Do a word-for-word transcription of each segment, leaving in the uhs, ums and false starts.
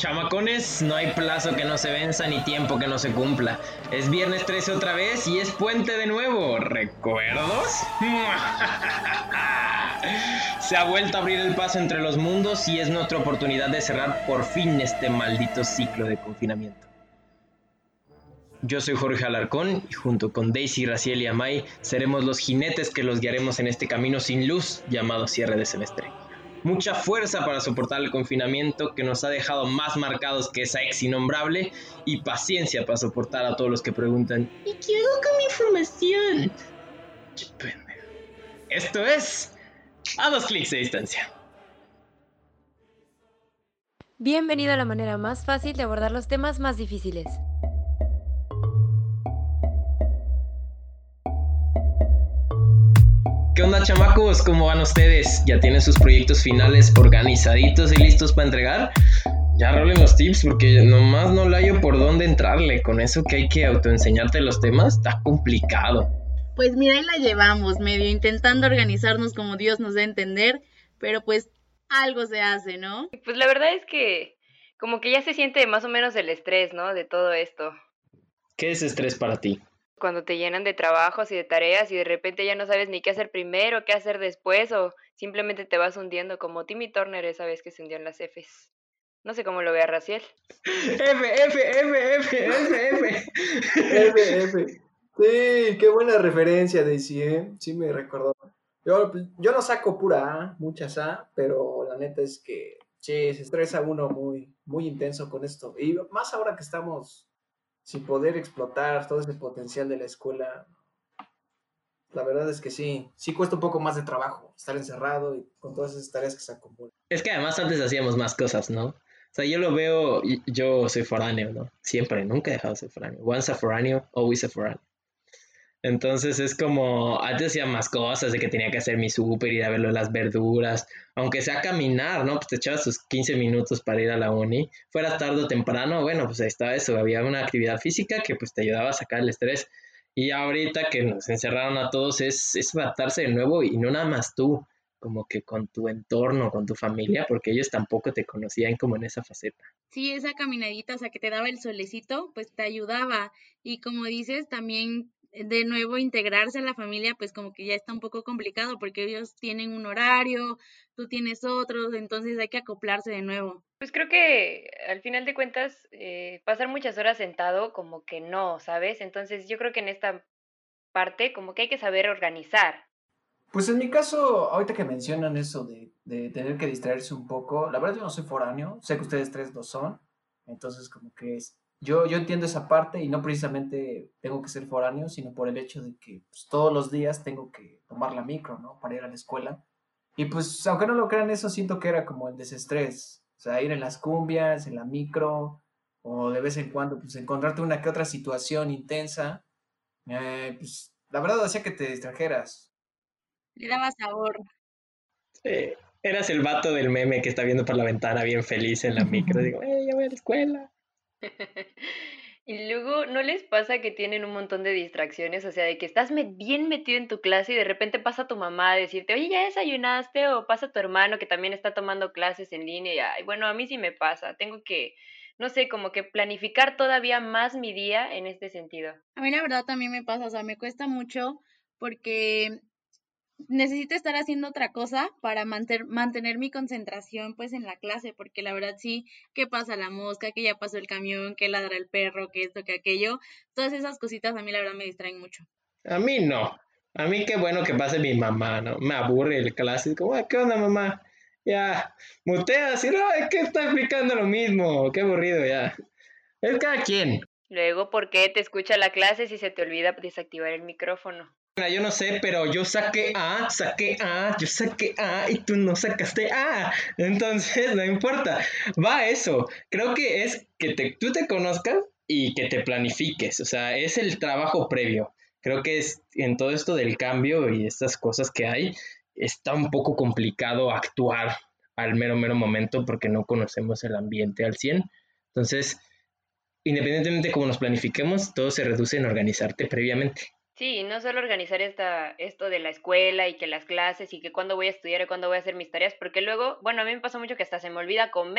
Chamacones, no hay plazo que no se venza ni tiempo que no se cumpla. Es viernes trece otra vez y es puente de nuevo. ¿Recuerdos? Se ha vuelto a abrir el paso entre los mundos y es nuestra oportunidad de cerrar por fin este maldito ciclo de confinamiento. Yo soy Jorge Alarcón y junto con Daisy, Raciel y Amay seremos los jinetes que los guiaremos en este camino sin luz llamado cierre de semestre. Mucha fuerza para soportar el confinamiento que nos ha dejado más marcados que esa ex innombrable y paciencia para soportar a todos los que preguntan ¿y qué hago con mi información? Esto es A Dos Clics de Distancia. Bienvenido a la manera más fácil de abordar los temas más difíciles. ¿Qué onda, chamacos? ¿Cómo van ustedes? ¿Ya tienen sus proyectos finales organizaditos y listos para entregar? Ya rolen los tips porque nomás no le hallo por dónde entrarle. Con eso que hay que autoenseñarte los temas, está complicado. Pues mira, ahí la llevamos, medio intentando organizarnos como Dios nos da a entender, pero pues algo se hace, ¿no? Pues la verdad es que como que ya se siente más o menos el estrés, ¿no? De todo esto. ¿Qué es estrés para ti? Cuando te llenan de trabajos y de tareas y de repente ya no sabes ni qué hacer primero, qué hacer después o simplemente te vas hundiendo como Timmy Turner esa vez que se hundió en las Fs. No sé cómo lo vea Raciel. F, F, F, F, F, F. F, F. Sí, qué buena referencia, Daisy, ¿eh? Sí me recordó. Yo, yo no saco pura A, muchas A, pero la neta es que sí, se estresa uno muy, muy intenso con esto. Y más ahora que estamos sin poder explotar todo ese potencial de la escuela, la verdad es que sí, sí cuesta un poco más de trabajo estar encerrado y con todas esas tareas que se acumulan. Es que además antes hacíamos más cosas, ¿no? O sea, yo lo veo, yo soy foráneo, ¿no? Siempre, nunca he dejado de ser foráneo. Once a foráneo, always a foráneo. Entonces es como, antes hacía más cosas, de que tenía que hacer mi súper, ir a verlo de las verduras, aunque sea caminar, ¿no? Pues te echabas tus quince minutos para ir a la uni, fueras tarde o temprano, bueno, pues ahí estaba eso, había una actividad física que pues te ayudaba a sacar el estrés. Y ahorita que nos encerraron a todos es, es adaptarse de nuevo y no nada más tú, como que con tu entorno, con tu familia, porque ellos tampoco te conocían como en esa faceta. Sí, esa caminadita, o sea, que te daba el solecito, pues te ayudaba. Y como dices, también de nuevo integrarse a la familia, pues como que ya está un poco complicado porque ellos tienen un horario, tú tienes otros, entonces hay que acoplarse de nuevo. Pues creo que al final de cuentas, eh, pasar muchas horas sentado como que no, ¿sabes? Entonces yo creo que en esta parte como que hay que saber organizar. Pues en mi caso, ahorita que mencionan eso de, de tener que distraerse un poco, la verdad yo no soy foráneo, sé que ustedes tres lo son, entonces como que es, yo, yo entiendo esa parte y no precisamente tengo que ser foráneo, sino por el hecho de que pues, todos los días tengo que tomar la micro, ¿no? Para ir a la escuela. Y pues aunque no lo crean, eso siento que era como el desestrés, o sea, ir en las cumbias, en la micro, o de vez en cuando pues encontrarte una que otra situación intensa, eh, pues la verdad hacía que te distrajeras. Le daba sabor. Eh, eras el vato del meme que está viendo por la ventana bien feliz en la micro, digo, eh, ya voy a la escuela. Y luego, ¿no les pasa que tienen un montón de distracciones? O sea, de que estás me- bien metido en tu clase y de repente pasa tu mamá a decirte, oye, ¿ya desayunaste? O pasa tu hermano que también está tomando clases en línea y, ay, bueno, a mí sí me pasa. Tengo que, no sé, como que planificar todavía más mi día en este sentido. A mí la verdad también me pasa, o sea, me cuesta mucho porque necesito estar haciendo otra cosa para manter- mantener mi concentración pues en la clase, porque la verdad sí, que pasa la mosca, que ya pasó el camión, que ladra el perro, que esto, que aquello, todas esas cositas a mí la verdad me distraen mucho. A mí no. A mí qué bueno que pase mi mamá, ¿no? Me aburre el clásico. "Ah, ¿qué onda, mamá? Ya, muteas y no, es que está explicando lo mismo. Qué aburrido ya. Es cada quien. Luego, ¿por qué te escucha la clase si se te olvida desactivar el micrófono? Mira, yo no sé, pero yo saqué A, saqué A, yo saqué A y tú no sacaste A. Entonces, no importa. Va a eso. Creo que es que te, tú te conozcas y que te planifiques. O sea, es el trabajo previo. Creo que es en todo esto del cambio y estas cosas que hay, está un poco complicado actuar al mero, mero momento porque no conocemos el ambiente al cien. Entonces, independientemente de cómo nos planifiquemos, todo se reduce en organizarte previamente. Sí, no solo organizar esta, esto de la escuela y que las clases y que cuándo voy a estudiar y cuándo voy a hacer mis tareas, porque luego, bueno, a mí me pasa mucho que hasta se me olvida comer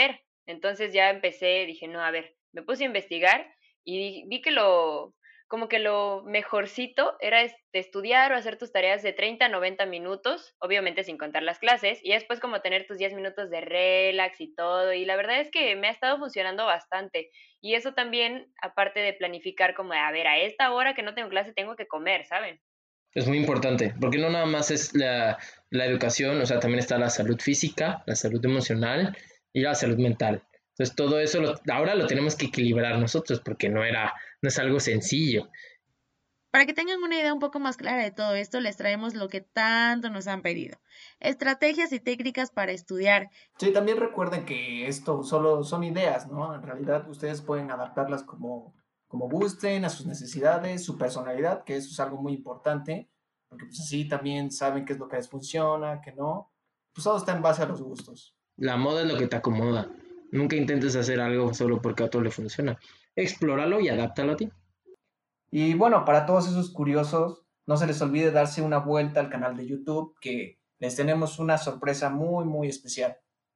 Entonces ya empecé, dije, no, a ver, me puse a investigar y vi que lo, como que lo mejorcito era este, estudiar o hacer tus tareas de treinta a noventa minutos, obviamente sin contar las clases, y después como tener tus diez minutos de relax y todo, y la verdad es que me ha estado funcionando bastante, y eso también, aparte de planificar como, de, a ver, a esta hora que no tengo clase tengo que comer, ¿saben? Es muy importante, porque no nada más es la, la educación, o sea, también está la salud física, la salud emocional y la salud mental. Entonces todo eso lo, ahora lo tenemos que equilibrar nosotros, porque no era, no es algo sencillo. Para que tengan una idea un poco más clara de todo esto, les traemos lo que tanto nos han pedido. Estrategias y técnicas para estudiar. Sí, también recuerden que esto solo son ideas, ¿no? En realidad ustedes pueden adaptarlas como, como gusten, a sus necesidades, su personalidad, que eso es algo muy importante, porque pues así también saben qué es lo que les funciona, qué no. Pues todo está en base a los gustos. La moda es lo que te acomoda. Nunca intentes hacer algo solo porque a otro le funciona. Explóralo y adáptalo a ti. Y bueno, para todos esos curiosos, no se les olvide darse una vuelta al canal de YouTube, que les tenemos una sorpresa muy, muy especial.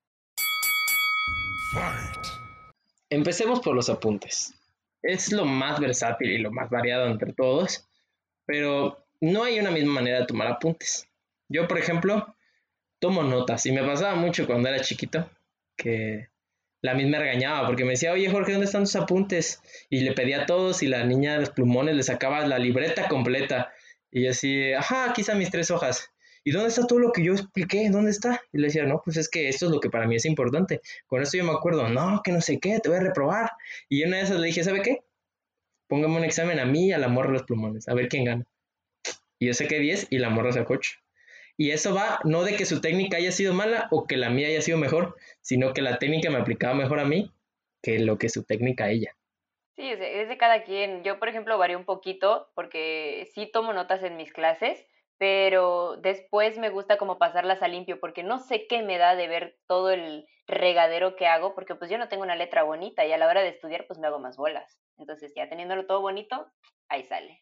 Empecemos por los apuntes. Es lo más versátil y lo más variado entre todos, pero no hay una misma manera de tomar apuntes. Yo, por ejemplo, tomo notas y me pasaba mucho cuando era chiquito que la misma regañaba porque me decía, oye Jorge, ¿dónde están tus apuntes? Y le pedía a todos y la niña de los plumones le sacaba la libreta completa y yo así, ajá, aquí están mis tres hojas. ¿Y dónde está todo lo que yo expliqué? ¿Dónde está? Y le decía, no, pues es que esto es lo que para mí es importante. Con esto yo me acuerdo, no, que no sé qué, te voy a reprobar. Y una de esas le dije, ¿sabe qué? Póngame un examen a mí y a la morra de los plumones, a ver quién gana. Y yo saqué diez y la morra sacó ocho. Y eso va no de que su técnica haya sido mala o que la mía haya sido mejor, sino que la técnica me aplicaba mejor a mí que lo que su técnica a ella. Sí, es de, es de cada quien. Yo, por ejemplo, varío un poquito porque sí tomo notas en mis clases, pero después me gusta como pasarlas a limpio porque no sé qué me da de ver todo el regadero que hago porque pues yo no tengo una letra bonita y a la hora de estudiar pues me hago más bolas. Entonces ya teniéndolo todo bonito, ahí sale.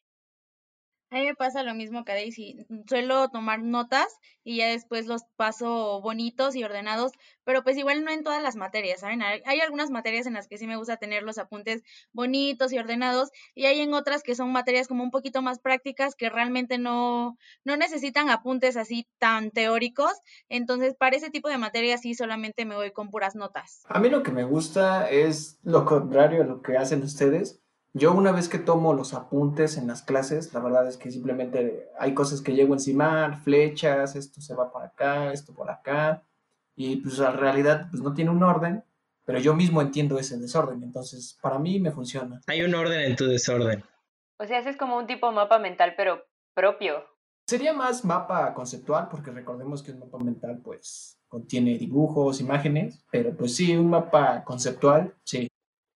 A mí me pasa lo mismo que a Daisy. Suelo tomar notas y ya después los paso bonitos y ordenados, pero pues igual no en todas las materias, ¿saben? Hay, hay algunas materias en las que sí me gusta tener los apuntes bonitos y ordenados y hay en otras que son materias como un poquito más prácticas que realmente no, no necesitan apuntes así tan teóricos. Entonces, para ese tipo de materias sí solamente me voy con puras notas. A mí lo que me gusta es lo contrario a lo que hacen ustedes. Yo una vez que tomo los apuntes en las clases, la verdad es que simplemente hay cosas que llego a encimar, flechas, esto se va para acá, esto por acá, y pues en realidad pues no tiene un orden, pero yo mismo entiendo ese desorden, entonces para mí me funciona. Hay un orden en tu desorden. O sea, haces como un tipo mapa mental, pero propio. Sería más mapa conceptual, porque recordemos que un mapa mental pues contiene dibujos, imágenes, pero pues sí, un mapa conceptual, sí.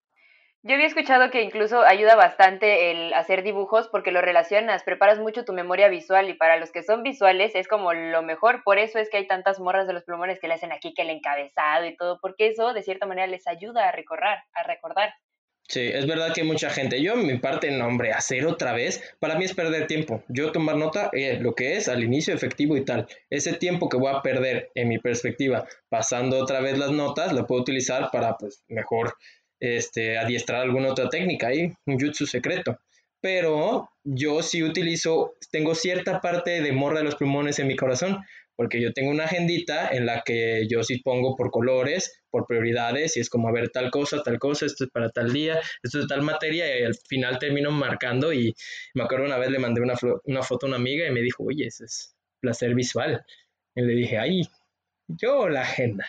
Yo había escuchado que incluso ayuda bastante el hacer dibujos porque lo relacionas, preparas mucho tu memoria visual y para los que son visuales es como lo mejor, por eso es que hay tantas morras de los plumones que le hacen aquí que el encabezado y todo, porque eso de cierta manera les ayuda a recordar, a recordar. Sí, es verdad que hay mucha gente. Yo, en mi parte, no, hombre, hacer otra vez, para mí es perder tiempo. Yo tomar nota, eh, lo que es al inicio efectivo y tal. Ese tiempo que voy a perder, en mi perspectiva, pasando otra vez las notas, lo puedo utilizar para, pues, mejor este, adiestrar alguna otra técnica ahí, un jutsu secreto. Pero yo sí utilizo, tengo cierta parte de morra de los plumones en mi corazón, porque yo tengo una agendita en la que yo sí pongo por colores, por prioridades, y es como, a ver, tal cosa, tal cosa, esto es para tal día, esto es de tal materia, y al final termino marcando, y me acuerdo una vez le mandé una, una foto a una amiga y me dijo, oye, ese es placer visual. Y le dije, ay, yo la agenda.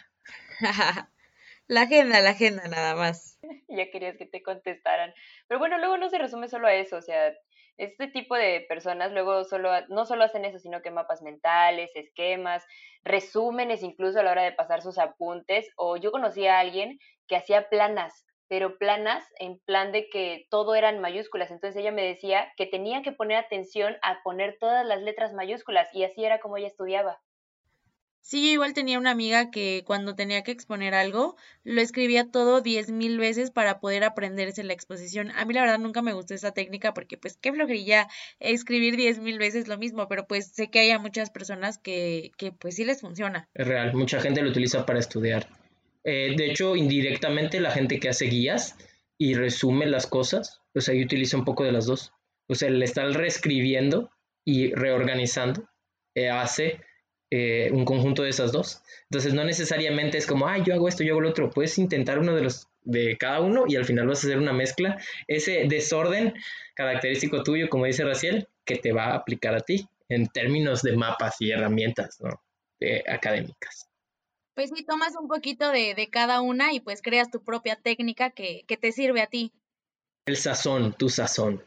La agenda, la agenda nada más. Ya querías que te contestaran. Pero bueno, luego no se resume solo a eso, o sea, este tipo de personas luego solo, no solo hacen eso, sino que mapas mentales, esquemas, resúmenes incluso a la hora de pasar sus apuntes. O yo conocí a alguien que hacía planas, pero planas en plan de que todo eran mayúsculas. Entonces ella me decía que tenía que poner atención a poner todas las letras mayúsculas y así era como ella estudiaba. Sí, yo igual tenía una amiga que cuando tenía que exponer algo, lo escribía todo diez mil veces para poder aprenderse la exposición. A mí la verdad nunca me gustó esa técnica porque pues qué flojería escribir diez mil veces lo mismo, pero pues sé que hay a muchas personas que, que pues sí les funciona. Es real, mucha gente lo utiliza para estudiar. Eh, de hecho, indirectamente la gente que hace guías y resume las cosas, o sea, yo utilizo un poco de las dos. O sea, el estar reescribiendo y reorganizando eh, hace eh, un conjunto de esas dos. Entonces, no necesariamente es como, ah, yo hago esto, yo hago lo otro. Puedes intentar uno de los de cada uno y al final vas a hacer una mezcla. Ese desorden característico tuyo, como dice Raciel, que te va a aplicar a ti en términos de mapas y herramientas, ¿no? Eh, académicas. Pues sí, tomas un poquito de, de cada una y pues creas tu propia técnica que, que te sirve a ti. El sazón, tu sazón.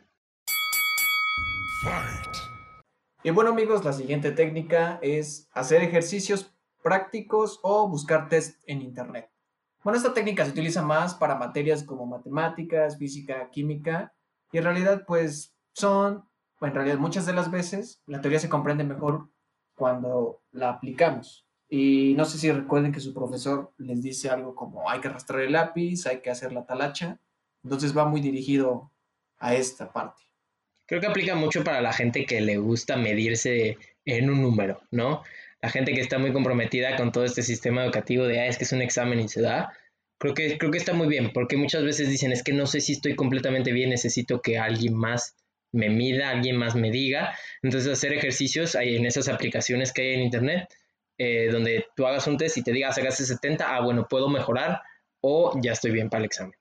Y bueno amigos, la siguiente técnica es hacer ejercicios prácticos o buscar test en internet. Bueno, esta técnica se utiliza más para materias como matemáticas, física, química y en realidad pues son, en realidad muchas de las veces la teoría se comprende mejor cuando la aplicamos. Y no sé si recuerden que su profesor les dice algo como hay que arrastrar el lápiz, hay que hacer la talacha, entonces va muy dirigido a esta parte. Creo que aplica mucho para la gente que le gusta medirse en un número, ¿no? La gente que está muy comprometida con todo este sistema educativo de, ah, es que es un examen y se da. Creo que, creo que está muy bien, porque muchas veces dicen, es que no sé si estoy completamente bien, necesito que alguien más me mida, alguien más me diga. Entonces, hacer ejercicios hay en esas aplicaciones que hay en internet, eh, donde tú hagas un test y te diga, sacaste setenta, ah, bueno, puedo mejorar o ya estoy bien para el examen.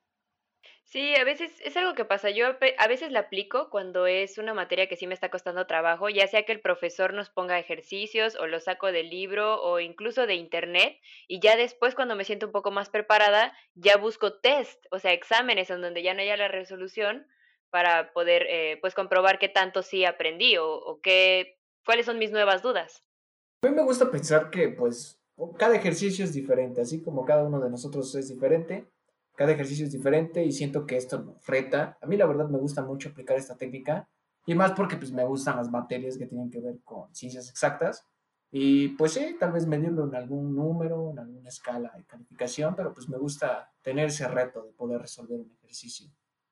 Sí, a veces es algo que pasa. Yo a pe- a veces la aplico cuando es una materia que sí me está costando trabajo, ya sea que el profesor nos ponga ejercicios o los saco del libro o incluso de internet, y ya después cuando me siento un poco más preparada, ya busco test, o sea, exámenes en donde ya no haya la resolución para poder eh, pues comprobar qué tanto sí aprendí o, o qué, cuáles son mis nuevas dudas. A mí me gusta pensar que pues cada ejercicio es diferente, así como cada uno de nosotros es diferente, cada ejercicio es diferente y siento que esto nos reta. A mí la verdad me gusta mucho aplicar esta técnica y más porque pues me gustan las materias que tienen que ver con ciencias exactas y pues sí, tal vez medirlo en algún número, en alguna escala de calificación, pero pues me gusta tener ese reto de poder resolver un ejercicio.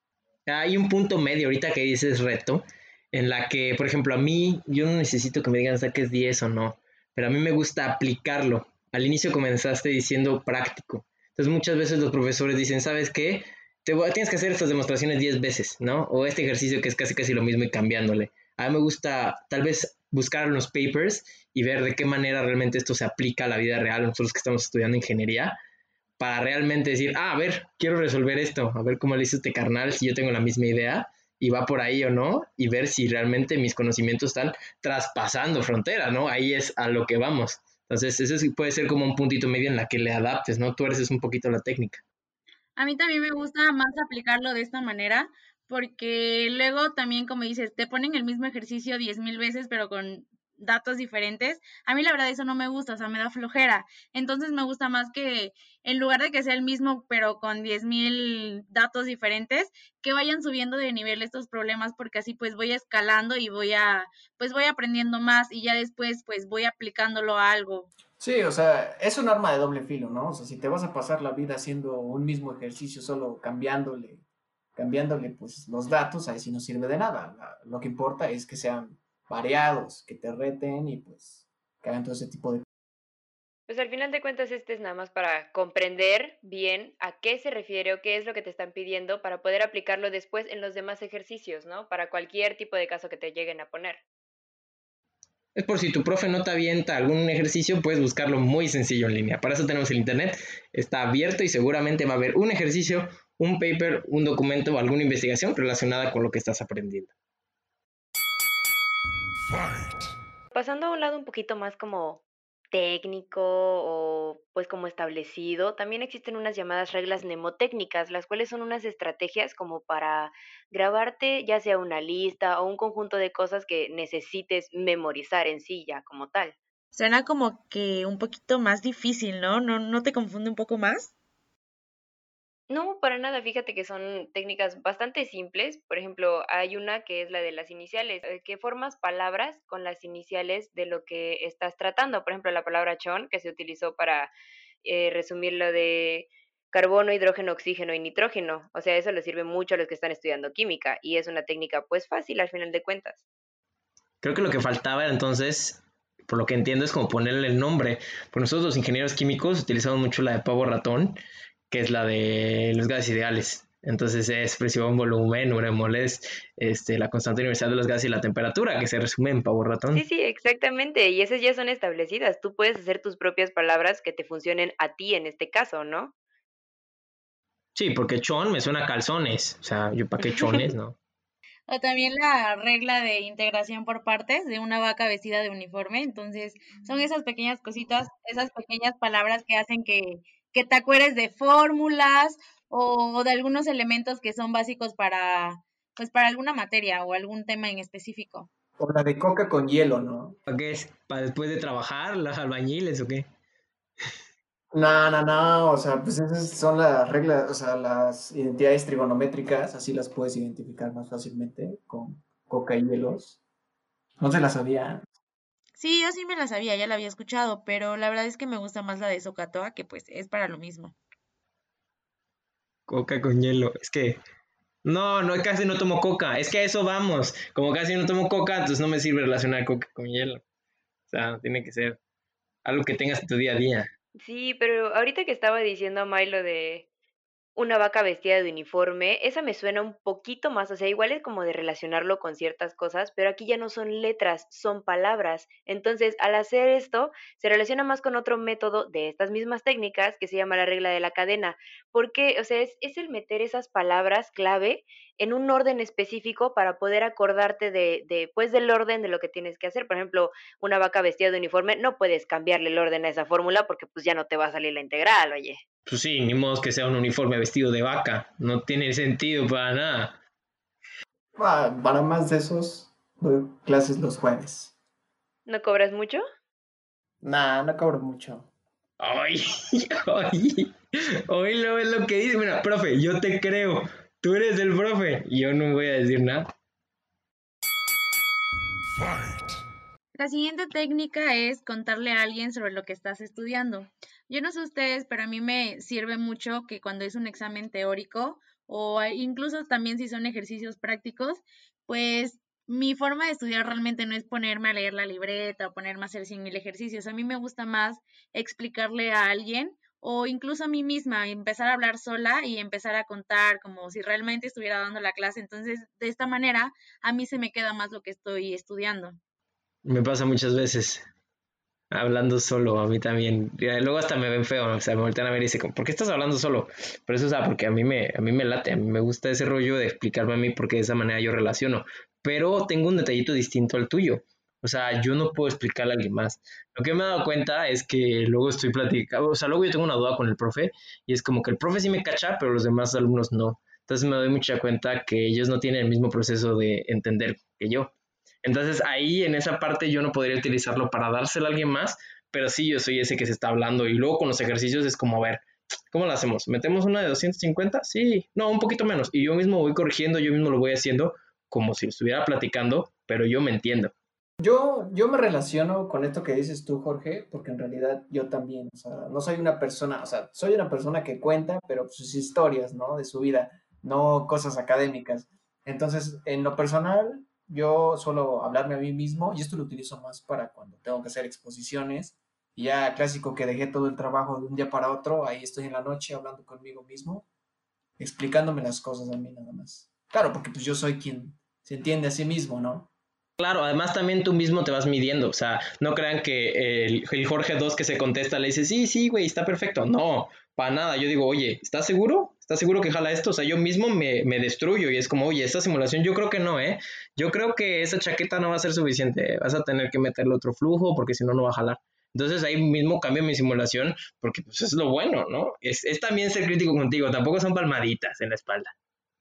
Hay un punto medio ahorita que dices reto, en la que, por ejemplo, a mí, yo no necesito que me digan hasta que es diez o no, pero a mí me gusta aplicarlo. Al inicio comenzaste diciendo práctico. Entonces muchas veces los profesores dicen, ¿sabes qué? Te voy- tienes que hacer estas demostraciones diez veces, ¿no? O este ejercicio que es casi casi lo mismo y cambiándole. A mí me gusta tal vez buscar los papers y ver de qué manera realmente esto se aplica a la vida real, nosotros que estamos estudiando ingeniería, para realmente decir, ah, a ver, quiero resolver esto, a ver cómo le hizo este carnal, si yo tengo la misma idea y va por ahí o no, y ver si realmente mis conocimientos están traspasando frontera, ¿no? Ahí es a lo que vamos. Entonces, ese sí puede ser como un puntito medio en la que le adaptes, ¿no? Tú eres un poquito la técnica. A mí también me gusta más aplicarlo de esta manera, porque luego también, como dices, te ponen el mismo ejercicio diez mil veces, pero con datos diferentes. A mí la verdad eso no me gusta, o sea, me da flojera. Entonces me gusta más que en lugar de que sea el mismo, pero con diez mil datos diferentes, que vayan subiendo de nivel estos problemas, porque así pues voy escalando y voy a, pues voy aprendiendo más y ya después pues voy aplicándolo a algo. Sí, o sea, es un arma de doble filo, ¿no? O sea, si te vas a pasar la vida haciendo un mismo ejercicio, solo cambiándole, cambiándole, pues, los datos, ahí sí no sirve de nada. La- lo que importa es que sean variados, que te reten y, pues, que hagan todo ese tipo de... Pues al final de cuentas este es nada más para comprender bien a qué se refiere o qué es lo que te están pidiendo para poder aplicarlo después en los demás ejercicios, ¿no? Para cualquier tipo de caso que te lleguen a poner. Es por si tu profe no te avienta algún ejercicio, puedes buscarlo muy sencillo en línea. Para eso tenemos el internet, está abierto y seguramente va a haber un ejercicio, un paper, un documento o alguna investigación relacionada con lo que estás aprendiendo. Pasando a un lado un poquito más como técnico o pues como establecido, también existen unas llamadas reglas mnemotécnicas, las cuales son unas estrategias como para grabarte ya sea una lista o un conjunto de cosas que necesites memorizar en sí ya como tal. Suena como que un poquito más difícil, ¿no? ¿No, no te confunde un poco más? No, para nada, fíjate que son técnicas bastante simples. Por ejemplo, hay una que es la de las iniciales, eh, que formas palabras con las iniciales de lo que estás tratando. Por ejemplo, la palabra chon, que se utilizó para eh, resumir lo de carbono, hidrógeno, oxígeno y nitrógeno. O sea, eso les sirve mucho a los que están estudiando química y es una técnica pues fácil al final de cuentas. Creo que lo que faltaba era entonces por lo que entiendo es como ponerle el nombre. Por nosotros los ingenieros químicos utilizamos mucho la de pavo ratón, que es la de los gases ideales. Entonces es presión, volumen, número de moles, este, la constante universal de los gases y la temperatura, que se resume en pavo Sí, ratón. sí, exactamente. Y esas ya son establecidas. Tú puedes hacer tus propias palabras que te funcionen a ti en este caso, ¿no? Sí, porque chon me suena a calzones. O sea, ¿yo para qué chones, no? O también la regla de integración por partes de una vaca vestida de uniforme. Entonces, son esas pequeñas cositas, esas pequeñas palabras que hacen que, que te acuerdes de fórmulas o de algunos elementos que son básicos para, pues, para alguna materia o algún tema en específico. O la de coca con hielo, ¿no? ¿Para qué es? ¿Para después de trabajar, los albañiles o qué? No, no, no, o sea, pues esas son las reglas, o sea, las identidades trigonométricas, así las puedes identificar más fácilmente con coca y hielos. No se las sabía. Sí, yo sí me la sabía, ya la había escuchado, pero la verdad es que me gusta más la de Socatoa, que pues es para lo mismo. Coca con hielo. Es que no, no, casi no tomo coca. Es que a eso vamos. Como casi no tomo coca, entonces no me sirve relacionar coca con hielo. O sea, tiene que ser algo que tengas en tu día a día. Sí, pero ahorita que estaba diciendo a Milo de una vaca vestida de uniforme, esa me suena un poquito más, o sea, igual es como de relacionarlo con ciertas cosas, pero aquí ya no son letras, son palabras. Entonces, al hacer esto, se relaciona más con otro método de estas mismas técnicas que se llama la regla de la cadena, porque, o sea, es, es el meter esas palabras clave en un orden específico para poder acordarte de, de, pues, del orden de lo que tienes que hacer. Por ejemplo, una vaca vestida de uniforme, no puedes cambiarle el orden a esa fórmula porque pues ya no te va a salir la integral, oye. Pues sí, ni modo que sea un uniforme vestido de vaca. No tiene sentido para nada. Ah, para más de esos, doy clases los jueves. ¿No cobras mucho? Nah, no cobro mucho. Ay, ay, hoy lo es lo que dice. Mira, profe, yo te creo. Tú eres el profe. Y yo no voy a decir nada. La siguiente técnica es contarle a alguien sobre lo que estás estudiando. Yo no sé ustedes, pero a mí me sirve mucho que cuando es un examen teórico o incluso también si son ejercicios prácticos, pues mi forma de estudiar realmente no es ponerme a leer la libreta o ponerme a hacer cien mil ejercicios. A mí me gusta más explicarle a alguien o incluso a mí misma, empezar a hablar sola y empezar a contar como si realmente estuviera dando la clase. Entonces, de esta manera, a mí se me queda más lo que estoy estudiando. Me pasa muchas veces. Hablando solo, a mí también. Y luego hasta me ven feo, ¿no? O sea, me voltean a ver y dicen, ¿por qué estás hablando solo? Pero eso, o sea, porque a mí me, a mí me late, a mí me gusta ese rollo de explicarme a mí porque de esa manera yo relaciono. Pero tengo un detallito distinto al tuyo. O sea, yo no puedo explicarle a alguien más. Lo que me he dado cuenta es que luego estoy platicando, o sea, luego yo tengo una duda con el profe y es como que el profe sí me cacha, pero los demás alumnos no. Entonces me doy mucha cuenta que ellos no tienen el mismo proceso de entender que yo. Entonces ahí en esa parte yo no podría utilizarlo para dárselo a alguien más, pero sí yo soy ese que se está hablando y luego con los ejercicios es como, a ver, ¿cómo lo hacemos? ¿Metemos una de doscientos cincuenta? Sí, no, un poquito menos. Y yo mismo voy corrigiendo, yo mismo lo voy haciendo como si lo estuviera platicando, pero yo me entiendo. Yo, yo me relaciono con esto que dices tú, Jorge, porque en realidad yo también, o sea, no soy una persona, o sea, soy una persona que cuenta, pero sus historias, ¿no? De su vida, no cosas académicas. Entonces, en lo personal, yo suelo hablarme a mí mismo y esto lo utilizo más para cuando tengo que hacer exposiciones. Y ya clásico que dejé todo el trabajo de un día para otro, ahí estoy en la noche hablando conmigo mismo, explicándome las cosas a mí nada más. Claro, porque pues yo soy quien se entiende a sí mismo, ¿no? Claro, además también tú mismo te vas midiendo, o sea, no crean que el, el Jorge dos que se contesta le dice, sí, sí, güey, está perfecto. No, para nada, yo digo, oye, ¿estás seguro? ¿Estás seguro que jala esto? O sea, yo mismo me, me destruyo y es como, oye, esta simulación yo creo que no, ¿eh? Yo creo que esa chaqueta no va a ser suficiente, vas a tener que meterle otro flujo porque si no, no va a jalar. Entonces ahí mismo cambio mi simulación porque pues es lo bueno, ¿no? Es, es también ser crítico contigo, tampoco son palmaditas en la espalda.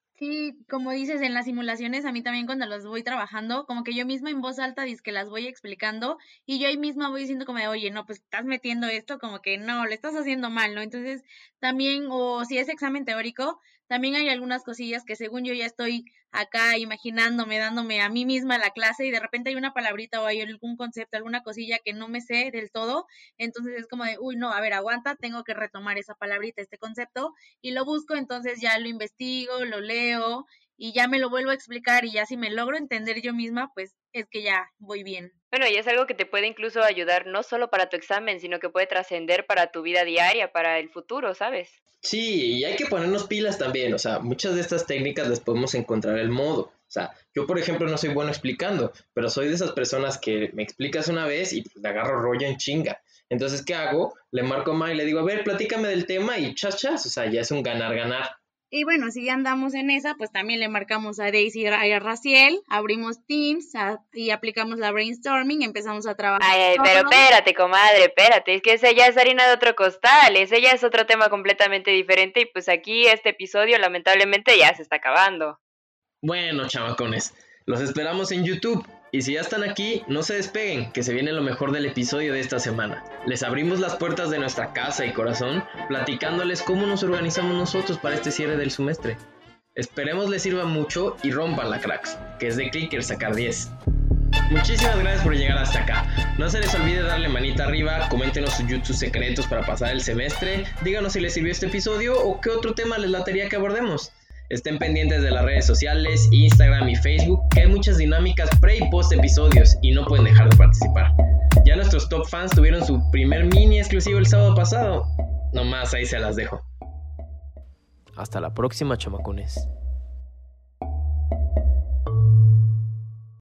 Sí, como dices, en las simulaciones, a mí también cuando las voy trabajando, como que yo misma en voz alta dice que las voy explicando y yo ahí misma voy diciendo como de, oye, no, pues estás metiendo esto, como que no, lo estás haciendo mal, ¿no? Entonces, también, o si es examen teórico, también hay algunas cosillas que según yo ya estoy acá imaginándome, dándome a mí misma la clase y de repente hay una palabrita o hay algún concepto, alguna cosilla que no me sé del todo, entonces es como de, uy, no, a ver, aguanta, tengo que retomar esa palabrita, este concepto y lo busco, entonces ya lo investigo, lo leo y ya me lo vuelvo a explicar y ya si me logro entender yo misma, pues es que ya voy bien. Bueno, y es algo que te puede incluso ayudar no solo para tu examen, sino que puede trascender para tu vida diaria, para el futuro, ¿sabes? Sí, y hay que ponernos pilas también, o sea, muchas de estas técnicas les podemos encontrar el modo. O sea, yo por ejemplo no soy bueno explicando, pero soy de esas personas que me explicas una vez y le agarro rollo en chinga. Entonces, ¿qué hago? Le marco a Mar y le digo, a ver, platícame del tema y chas, chas, o sea, ya es un ganar-ganar. Y bueno, si ya andamos en esa, pues también le marcamos a Daisy y a Raciel, abrimos Teams a, y aplicamos la brainstorming, empezamos a trabajar. Ay, ay, pero espérate, comadre, espérate, es que esa ya es harina de otro costal, ese ya es otro tema completamente diferente y pues aquí este episodio lamentablemente ya se está acabando. Bueno, chamacones, los esperamos en YouTube. Y si ya están aquí, no se despeguen, que se viene lo mejor del episodio de esta semana. Les abrimos las puertas de nuestra casa y corazón, platicándoles cómo nos organizamos nosotros para este cierre del semestre. Esperemos les sirva mucho y rompan la cracks, que es de clicker sacar diez. Muchísimas gracias por llegar hasta acá. No se les olvide darle manita arriba, coméntenos sus YouTube secretos para pasar el semestre, díganos si les sirvió este episodio o qué otro tema les latería que abordemos. Estén pendientes de las redes sociales, Instagram y Facebook, que hay muchas dinámicas pre y post episodios y no pueden dejar de participar. Ya nuestros top fans tuvieron su primer mini exclusivo el sábado pasado. Nomás ahí se las dejo. Hasta la próxima, chamacones.